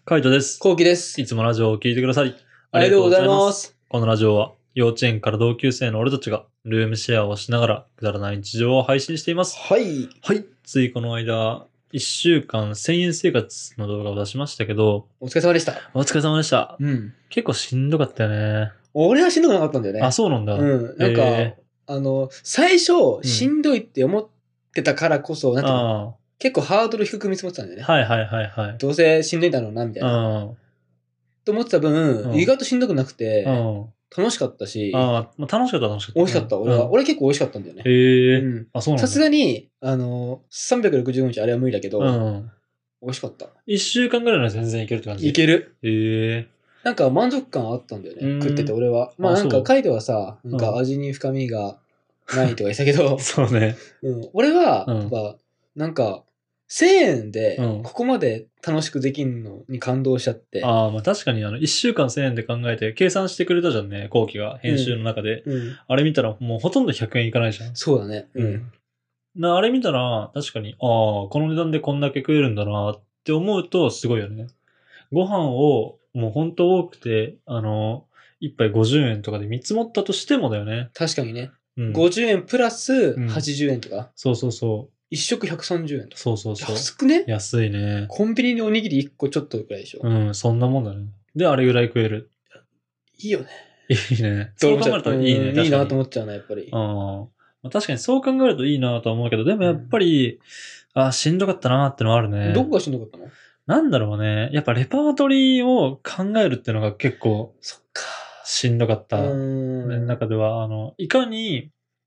カイトです。 コウキです。 いつもラジオを聞いてくださりありがとうございます。 このラジオは幼稚園から同級生の俺たちがルームシェアをしながらくだらない日常を配信しています。 はい。 はい。ついこの間、1週間1000円生活の動画を出しましたけど、 お疲れ様でした。 お疲れ様でした。 うん。 結構しんどかったよね。 俺はしんどくなかったんだよね。 あ、そうなんだ。 うん。なんか、最初、しんどいって思ってたからこそ、なんていうの、結構ハードル低く見積もってたんだよね。 はいはいはいはい。 どうせしんどいんだろうな、みたいな。と思ってた分、意外としんどくなくて、楽しかったし、 楽しかった楽しかった。 美味しかった。俺結構美味しかったんだよね。 あ、そうなんだ。 さすがに、365日あれは無理だけど、美味しかった。 1週間ぐらいなら全然いけるって感じ？ いける。 へなんか満足感あったんだよね。食ってて俺は。まあなんかカイトはさ、なんか味に深みがないとか言ってたけど、 そうね。 俺は、やっぱ、なんか、1000円でここまで楽しくできんのに感動しちゃって。 まあ確かに1週間1000円で考えて計算してくれたじゃんね、後期が編集の中で。あれ見たらもうほとんど100円いかないじゃん。 そうだね。 あれ見たら確かに、この値段でこんだけ食えるんだなって思うとすごいよね。ご飯をもうほんと多くて、一杯50円とかで見積もったとしてもだよね。 確かにね。50円プラス80円とか。 そうそうそう。 一食130円とか。 そうそうそう。 安くね？ 安いね。 コンビニでおにぎり1個ちょっとくらいでしょ。 そんなもんだね。で、あれぐらい食える。 いいよね。 いいね。そう考えるといいね。 いいなと思っちゃうな、やっぱり。 確かにそう考えるといいなとは思うけど、でもやっぱり、しんどかったなってのはあるね。 どこがしんどかったの？ なんだろうね。やっぱレパートリーを考えるっていうのが結構、しんどかった。俺の中では、いかに、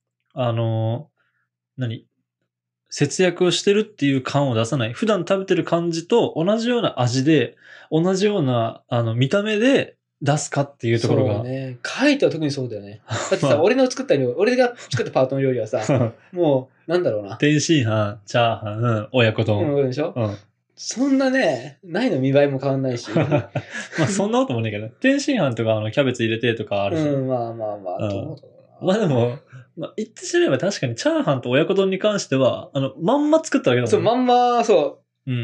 節約をしてるっていう感を出さない。普段食べてる感じと同じような味で、同じような、見た目で出すかっていうところが。 そうね。カイトは特にそうだよね。だってさ、俺が作ったパートの料理はさ、もう、なんだろうな。 天津飯、チャーハン、親子丼。 でしょ？そんなね、ないの見栄えも変わんないし。 まあそんなこともねえけど、天津飯とかキャベツ入れてとかあるし。 まあ。 まあでも、言ってしまえば確かにチャーハンと親子丼に関しては、まんま作ったわけだもんね。 そう、まんま、そう。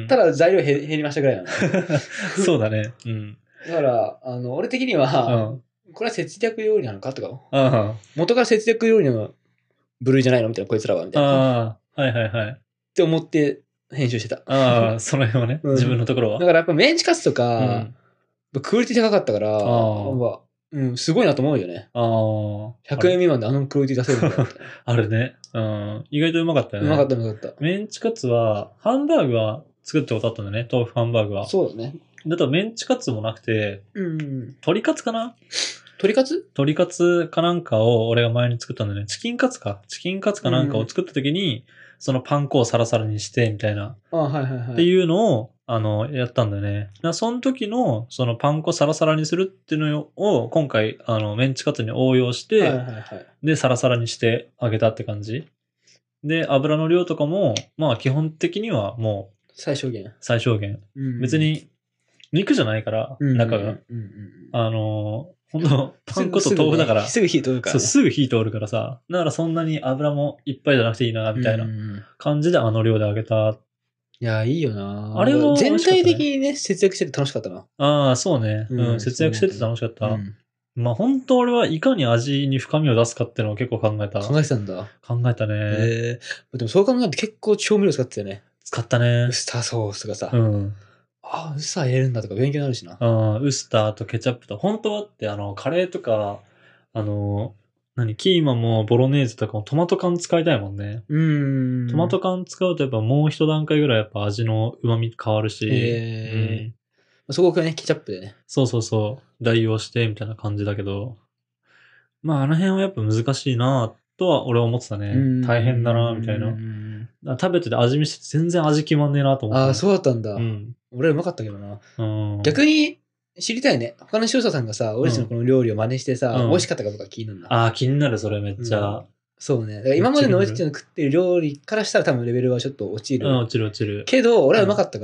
ただ材料減りましたぐらいなの。 そうだね。 だから、俺的には、これは節約料理なのかとか、元から節約料理の部類じゃないのみたいな、こいつらは、みたいな。 はい。 って思って編集してた。 その辺はね、自分のところは。 だからやっぱメンチカツとか、クオリティ高かったから、すごいなと思うよね。100円未満でクオリティ出せるんだよ。 あるね。意外とうまかったよね。 うまかった。 メンチカツは、ハンバーグは作ったことあったんだね。豆腐ハンバーグは。 そうだね。 だとメンチカツもなくて、鶏カツかな？ 鶏カツかなんかを俺が前に作ったんだね。チキンカツかなんかを作った時に、そのパン粉をサラサラにして、みたいな。っていうのを、やったんだよね。その時の、そのパン粉サラサラにするっていうのを、今回、メンチカツに応用して、で、サラサラにしてあげたって感じ。で、油の量とかも、まあ基本的にはもう、 最小限。 別に、肉じゃないから、中が。本当パン粉と豆腐だから。 すぐ火通るから。 すぐ火通るからさ。だからそんなに油もいっぱいじゃなくていいな、みたいな感じで量で揚げた。 いや、いいよな。 あれは全体的にね、節約してて楽しかったな。 そうね。節約してて楽しかった。まあ本当俺はいかに味に深みを出すかっていうのを結構考えた。 考えてたんだ。 考えたね。 でもそう考えると結構調味料使ってたよね。 使ったね。 ウスターソースとかさ。ウスター入れるんだとか勉強になるしな。 ウスターとケチャップと、本当はってカレーとか、キーマもボロネーゼとかもトマト缶使いたいもんね。トマト缶使うとやっぱもう一段階ぐらいやっぱ味の旨味変わるし。 そこがね、ケチャップでね。 そう。代用してみたいな感じだけど。まああの辺はやっぱ難しいなとは俺は思ってたね。大変だなみたいな。食べてて味見して全然味決まんねえなと思って。 そうだったんだ。俺はうまかったけどな。逆に知りたいね。他の塩田さんがさ、俺たちのこの料理を真似してさ、美味しかったかどうか気になるな。 気になる、それめっちゃ。 そうね。だから今までの俺たちの食ってる料理からしたら多分レベルはちょっと落ちる。 落ちる。 けど、俺はうまかったから、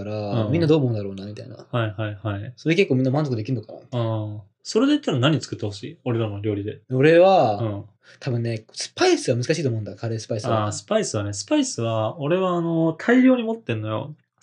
みんなどう思うんだろうな、みたいな。 はい。 それ結構みんな満足できるのかな。 それで言ったら何作ってほしい？俺らの料理で。 俺は、多分ね、スパイスは難しいと思うんだ、カレースパイスは。 スパイスは、俺は大量に持ってんのよ。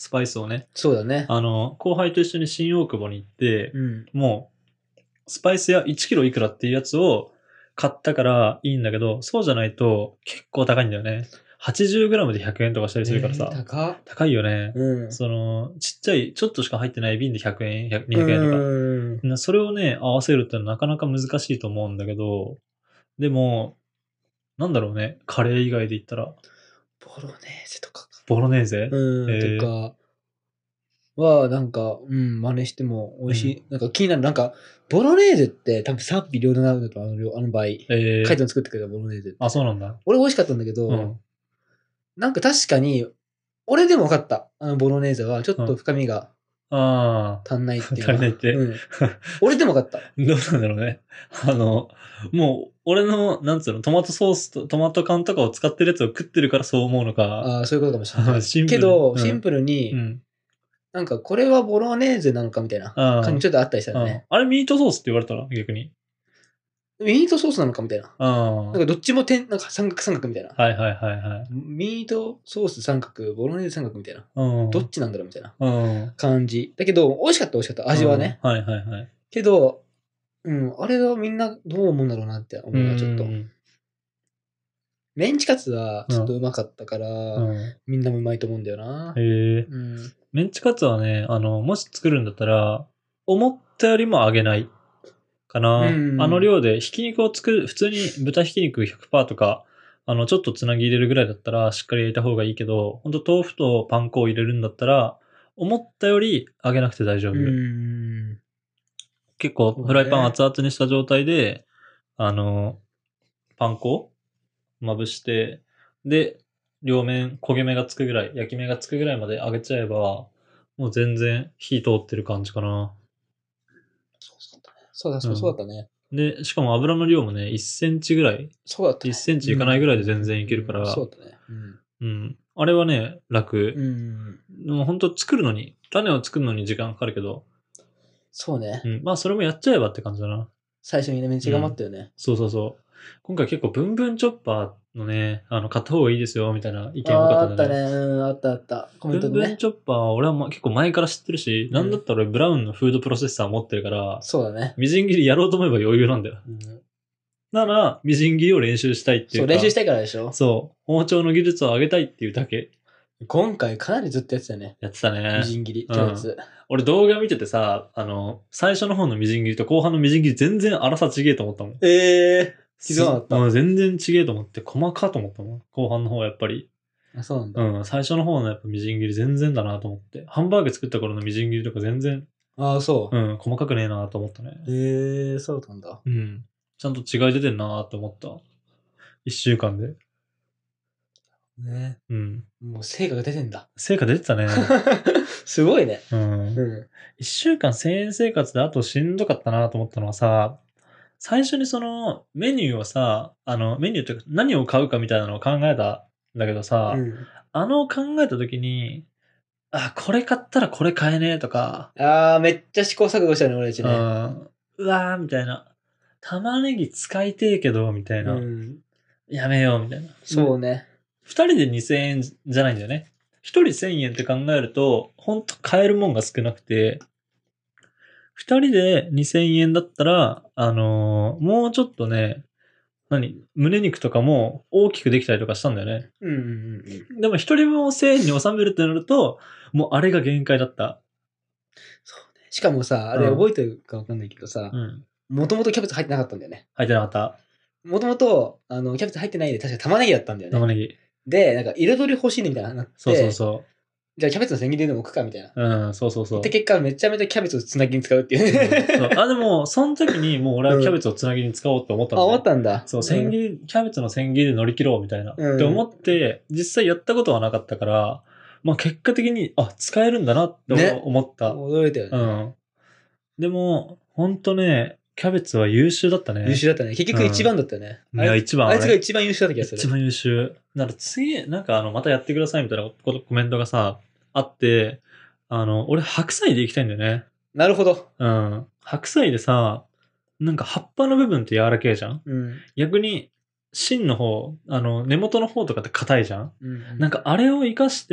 スパイスをね。 そうだね。 後輩と一緒に新大久保に行って、もう、スパイス屋1キロいくらっていうやつを買ったからいいんだけど、そうじゃないと結構高いんだよね。80g で100円とかしたりするからさ。高いよね。ちっちゃい、ちょっとしか入ってない瓶で100円、200円とか。それをね、合わせるってのはなかなか難しいと思うんだけど、でも、なんだろうね、カレー以外で言ったら。 ボロネーゼとか。 ボロネーゼとかは、なんか、真似しても美味しい。なんか気になる。なんか、ボロネーゼって多分賛否両論なんだと、あの場合。カイトの作ってくれたボロネーゼって。 あ、そうなんだ。 俺美味しかったんだけど、なんか確かに、俺でも分かった。ボロネーゼはちょっと深みが足んないっていうか。 足りないって。 俺でも分かった。 どうなんだろうね。もう、俺の、なんつうの、トマトソースとトマト缶とかを使ってるやつを食ってるからそう思うのか。 ああ、そういうことかもしれない。けど、シンプルに、なんかこれはボロネーゼなのかみたいな感じちょっとあったりしたよね。 あれミートソースって言われたら逆に。 ミートソースなのかみたいな。なんかどっちもなんか三角みたいな。 はいはいはいはい。 ミートソース三角、ボロネーゼ三角みたいな。どっちなんだろうみたいな感じ。だけど、美味しかった。味はね。 はいはいはい。 けど、あれはみんなどう思うんだろうなって思うな、ちょっと。メンチカツはちょっとうまかったから、みんなもうまいと思うんだよな。 メンチカツはね、もし作るんだったら、思ったよりも揚げないかな。量で、ひき肉を作る、普通に豚ひき肉 100% とか、ちょっとつなぎ入れるぐらいだったら、しっかり焼いた方がいいけど、ほんと豆腐とパン粉を入れるんだったら、思ったより揚げなくて大丈夫。結構、フライパン熱々にした状態で、パン粉まぶして、で、両面焦げ目がつくぐらい、焼き目がつくぐらいまで揚げちゃえば、もう全然火通ってる感じかな。 そうだったね。 で、しかも油の量もね、1センチぐらい。 そうだった、 1センチいかないぐらいで全然いけるから。 そうだね。 あれはね、楽。でも本当作るのに、種を作るのに時間かかるけど。 そうね。 まあそれもやっちゃえばって感じだな。 最初にね、めっちゃ頑張ったよね。 そう。今回結構ブンブンチョッパーのね、買った方がいいですよ、みたいな意見多かったね。 あった。コメントでね。 ブンブンチョッパーは俺は結構前から知ってるし、なんだったら俺ブラウンのフードプロセッサー持ってるから、 そうだね。 みじん切りやろうと思えば余裕なんだよ。なら、みじん切りを練習したいっていうか。 そう、練習したいからでしょ。 そう。包丁の技術を上げたいっていうだけ。 今回かなりずっとやってたね。 やってたね。 みじん切り、キャベツ。 俺動画見ててさ、最初の方のみじん切りと後半のみじん切り全然粗さちげえと思ったもん。気づかなかった。全然ちげえと思って、細かと思ったもん。後半の方はやっぱり。 あ、そうなんだ。 最初の方のやっぱみじん切り全然だなと思って。ハンバーグ作った頃のみじん切りとか全然。 ああ、そう。 細かくねえなと思ったね。 そうなんだ。 ちゃんと違い出てんなと思った。1週間で。 ね。もう成果が出てんだ。 成果出てたね。 すごいね。 1週間1000円生活であとしんどかったなと思ったのはさ、最初にそのメニューをさ、メニューっていうか何を買うかみたいなのを考えたんだけどさ、考えた時に、これ買ったらこれ買えねえとか。 めっちゃ試行錯誤したね、俺たちね。 うわーみたいな。玉ねぎ使いてえけど、みたいな。やめよう、みたいな。 そうね。 2人で2000円じゃないんだよね。1人1000円って考えると、ほんと買えるもんが少なくて、2人で2000円だったら、もうちょっとね、胸肉とかも大きくできたりとかしたんだよね。でも1人分を1000円に収めるってなると、もうあれが限界だった。 そうね。しかもさ、あれ覚えてるかわかんないけどさ、もともとキャベツ入ってなかったんだよね。 入ってなかった。 もともと、キャベツ入ってないで、確か玉ねぎだったんだよね。 玉ねぎ。 で、なんか彩り欲しいねみたいななって。 そう。 じゃあキャベツの千切りでも置くかみたいな。そう。 で、結果めちゃめちゃキャベツをつなぎに使うっていうね。 でも、その時にもう俺はキャベツをつなぎに使おうって思ったの、思ったんだ。 そう、キャベツの千切りで乗り切ろうみたいな。って思って、実際やったことはなかったから、まあ結果的に、使えるんだなって思った。 驚いたよね。 でも、ほんとね、キャベツは優秀だったね。 優秀だったね。結局一番だったね。 いや、一番。 あいつが一番優秀だった気がする。 一番優秀。次、またやってくださいみたいなコメントがさ、あって、俺白菜でいきたいんだよね。 なるほど。 白菜でさ、なんか葉っぱの部分って柔らけえじゃん。逆に、 芯の方、根元の方とかって硬いじゃん、なんかあれを活かして、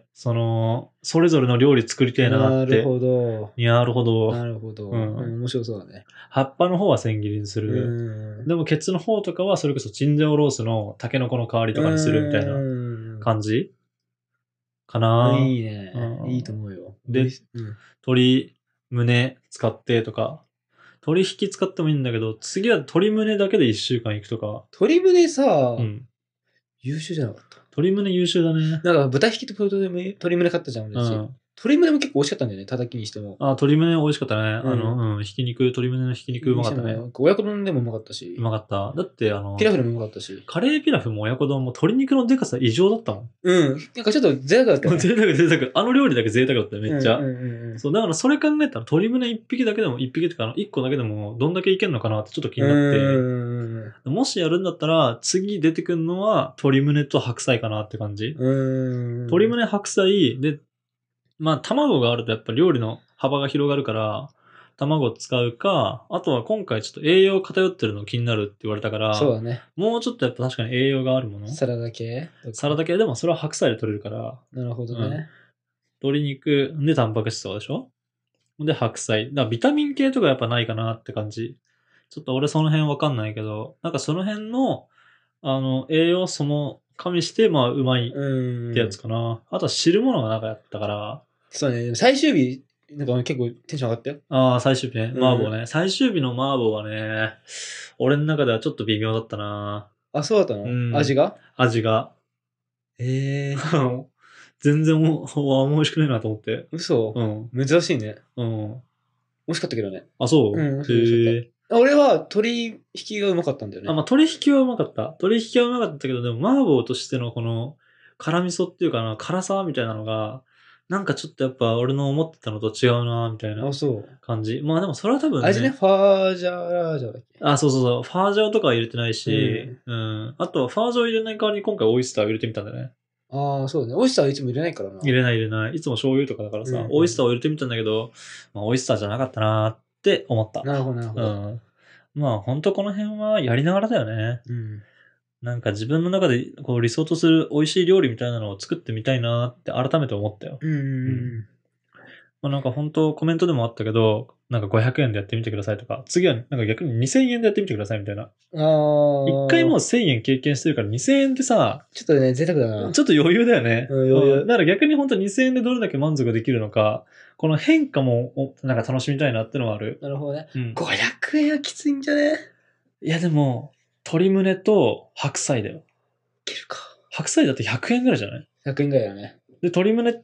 それぞれの料理作りたいなって。 なるほど。 なるほど。 なるほど。面白そうだね。 葉っぱの方は千切りにする。でもケツの方とかはそれこそチンジャオロースのタケノコの代わりとかにするみたいな感じかな。 いいね。いいと思うよ。 で、鶏胸使ってとか、鶏引き使ってもいいんだけど、次は鶏胸だけで1週間行くとか。 鶏胸さ、優秀じゃなかった。 鶏胸優秀だね。 なんか豚引きと鶏胸買ったじゃん、私。鶏胸も結構美味しかったんだよね、叩きにしても。 鶏胸美味しかったね。ひき肉、鶏胸のひき肉うまかったね。 親子丼でもうまかったし。 うまかった。だってピラフでもうまかったし。 カレーピラフも親子丼も鶏肉のでかさ異常だったもん。 なんかちょっと贅沢だったね。 贅沢。あの料理だけ贅沢だったよ、めっちゃ。そう、だからそれ考えたら鶏胸1匹だけでも、1匹ってか1個だけでもどんだけいけんのかなってちょっと気になって。もしやるんだったら、次出てくるのは鶏胸と白菜かなって感じ。鶏胸白菜で、まあ、卵があるとやっぱ料理の幅が広がるから、卵を使うか、あとは今回ちょっと栄養偏ってるの気になるって言われたから、 そうだね。 もうちょっとやっぱ確かに栄養があるもの。 サラダ系でもそれは白菜で取れるから。 なるほどね。 鶏肉でタンパク質とかでしょで白菜。だからビタミン系とかやっぱないかなって感じ。ちょっと俺その辺わかんないけど、なんかその辺の、栄養素も加味して、まあ、うまいってやつかな。あとは汁物がなんかやったから。 そうね。最終日、なんか結構テンション上がったよ。 ああ、最終日ね。麻婆ね。最終日の麻婆はね、俺の中ではちょっと微妙だったな。 あ、そうだったの、味が。 全然美味しくないなと思って。 嘘珍しいね。美味しかったけどね。 あ、そうへ俺は鶏引きがうまかったんだよね。 まあ鶏引きはうまかった。鶏引きはうまかったけど、でも麻婆としてのこの辛味噌っていうかな、辛さみたいなのが、なんかちょっとやっぱ俺の思ってたのと違うなみたいな感じ。まあでもそれは多分ね。味ね、ファージャーラージャーだっけ。 あ、そう。ファージャーとかは入れてないし、あとはファージャーを入れない代わりに今回オイスターを入れてみたんだよね。 ああ、そうだね。オイスターはいつも入れないからな。 入れない。いつも醤油とかだからさ、オイスターを入れてみたんだけど、まあオイスターじゃなかったなって思った。 なるほど。 まあ本当この辺はやりながらだよね。なんか自分の中でこう理想とする美味しい料理みたいなのを作ってみたいなって改めて思ったよ。まあ、なんか本当コメントでもあったけど、なんか500円でやってみてくださいとか、次はなんか逆に2000円でやってみてくださいみたいな。一回もう1000円経験してるから2000円ってさ、 ちょっとね、贅沢だな。 ちょっと余裕だよね。だから逆に本当2000円でどれだけ満足できるのか、この変化もなんか楽しみたいなってのはある。 なるほどね。500円はきついんじゃね？ いやでも、鶏胸と白菜だよ。いけるか。 白菜だって100円ぐらいじゃない ?100 円ぐらいだね。 で、鶏胸って、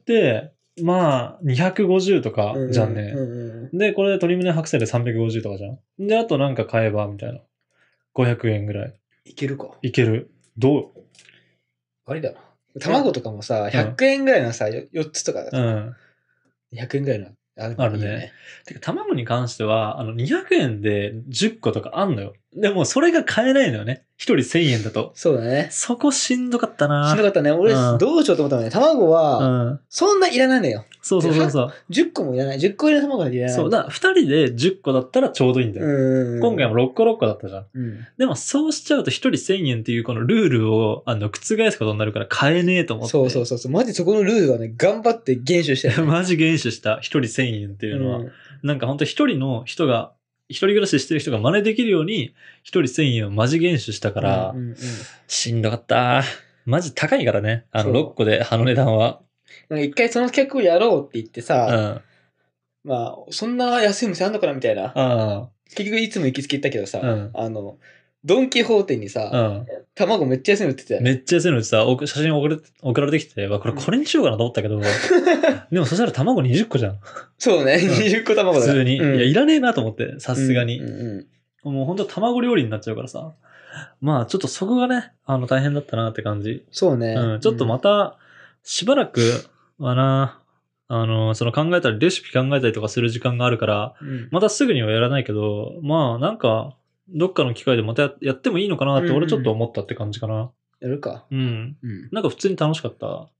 まあ、250とかじゃんね。で、これで鶏胸白菜で350とかじゃん。で、あとなんか買えば、みたいな。500円ぐらい。 いけるか。 いける。どう？ ありだな。卵とかもさ、100円ぐらいのさ、4つとかだと、100円ぐらいのあるね。てか、卵に関しては、200円で10個とかあんのよ。でも、それが買えないのよね。一人1000円だと。 そうだね。 そこしんどかったな。 しんどかったね。俺、どうしようと思ったのね。卵は、そんないらないのよ。 そう。 10個もいらない。10個入りの卵がいらない。 そうだ。2人で10個だったらちょうどいいんだよ。今回も6個だったじゃん。でも、そうしちゃうと1人1000円っていうこのルールを覆すことになるから買えねえと思って。 そう。マジそこのルールはね、頑張って厳守してる、 マジ厳守した。1人1000円っていうのは。なんかほんと一人の人が、一人暮らししてる人が真似できるように、一人1000円をマジ厳守したから、しんどかった。マジ高いからね。6個で、の値段は。 なんか一回その企画をやろうって言ってさ、まあ、そんな安い店あんのかなみたいな。結局いつも行きつけ行ったけどさ、ドンキホーテにさ、卵めっちゃ安いの売ってたよ。 めっちゃ安いの売ってさ、写真送られてきて、これにしようかなと思ったけど、でもそしたら卵20個じゃん。 そうね、20個卵だ。 普通に。いや、いらねえなと思って、さすがに。もうほんと卵料理になっちゃうからさ。まあ、ちょっとそこがね、大変だったなって感じ。 そうね。 ちょっとまた、しばらくはな、その考えたり、レシピ考えたりとかする時間があるから、またすぐにはやらないけど、まあ、なんか、どっかの機会でまたやってもいいのかなって俺ちょっと思ったって感じかな。 やるか。 なんか普通に楽しかった。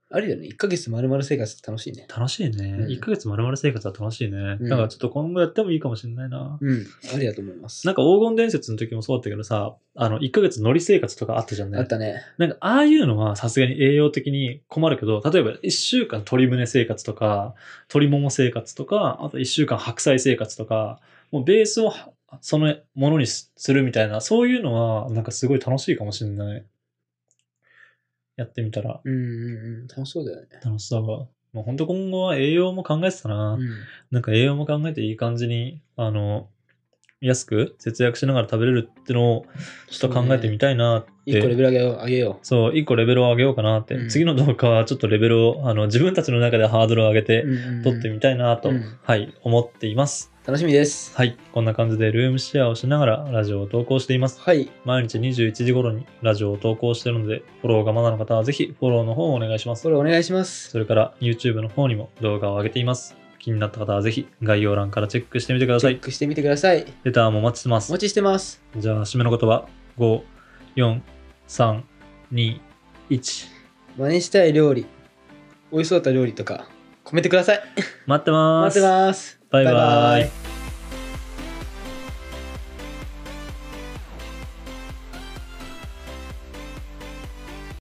ありだね。1ヶ月丸々生活楽しいね。 楽しいね。 うん 1ヶ月丸々生活は楽しいね。 うんだからちょっと今後やってもいいかもしれないな。 ありだと思います。 なんか黄金伝説の時もそうだったけどさ、1ヶ月海苔生活とかあったじゃんね。 あったね。 なんかああいうのはさすがに栄養的に困るけど、例えば1週間鶏胸生活とか、鶏もも生活とか、あと1週間白菜生活とか、もうベースをそのものにするみたいな、そういうのはなんかすごい楽しいかもしれない。やってみたら。 楽しそうだよね。 楽しそうが。もう本当今後は栄養も考えてたな。なんか栄養も考えていい感じに、安く節約しながら食べれるってのをちょっと考えてみたいなって。 1個レベル上げよう。そう、1個レベルを上げようかなって。次の動画はちょっとレベルを、自分たちの中でハードルを上げて撮ってみたいなと、はい、思っています。 楽しみです。 はい。こんな感じでルームシェアをしながらラジオを投稿しています。 はい。 毎日21時頃にラジオを投稿しているので、フォローがまだの方はぜひフォローの方をお願いします。 フォローお願いします。 それから YouTube の方にも動画を上げています。気になった方はぜひ概要欄からチェックしてみてください。 チェックしてみてください。 レターもお待ちしてます。 お待ちしてます。 じゃあ、締めの言葉。5、4、3、2、1。 真似したい料理、美味しそうだった料理とか、コメントください。 待ってます。 待ってます。 バイバイ。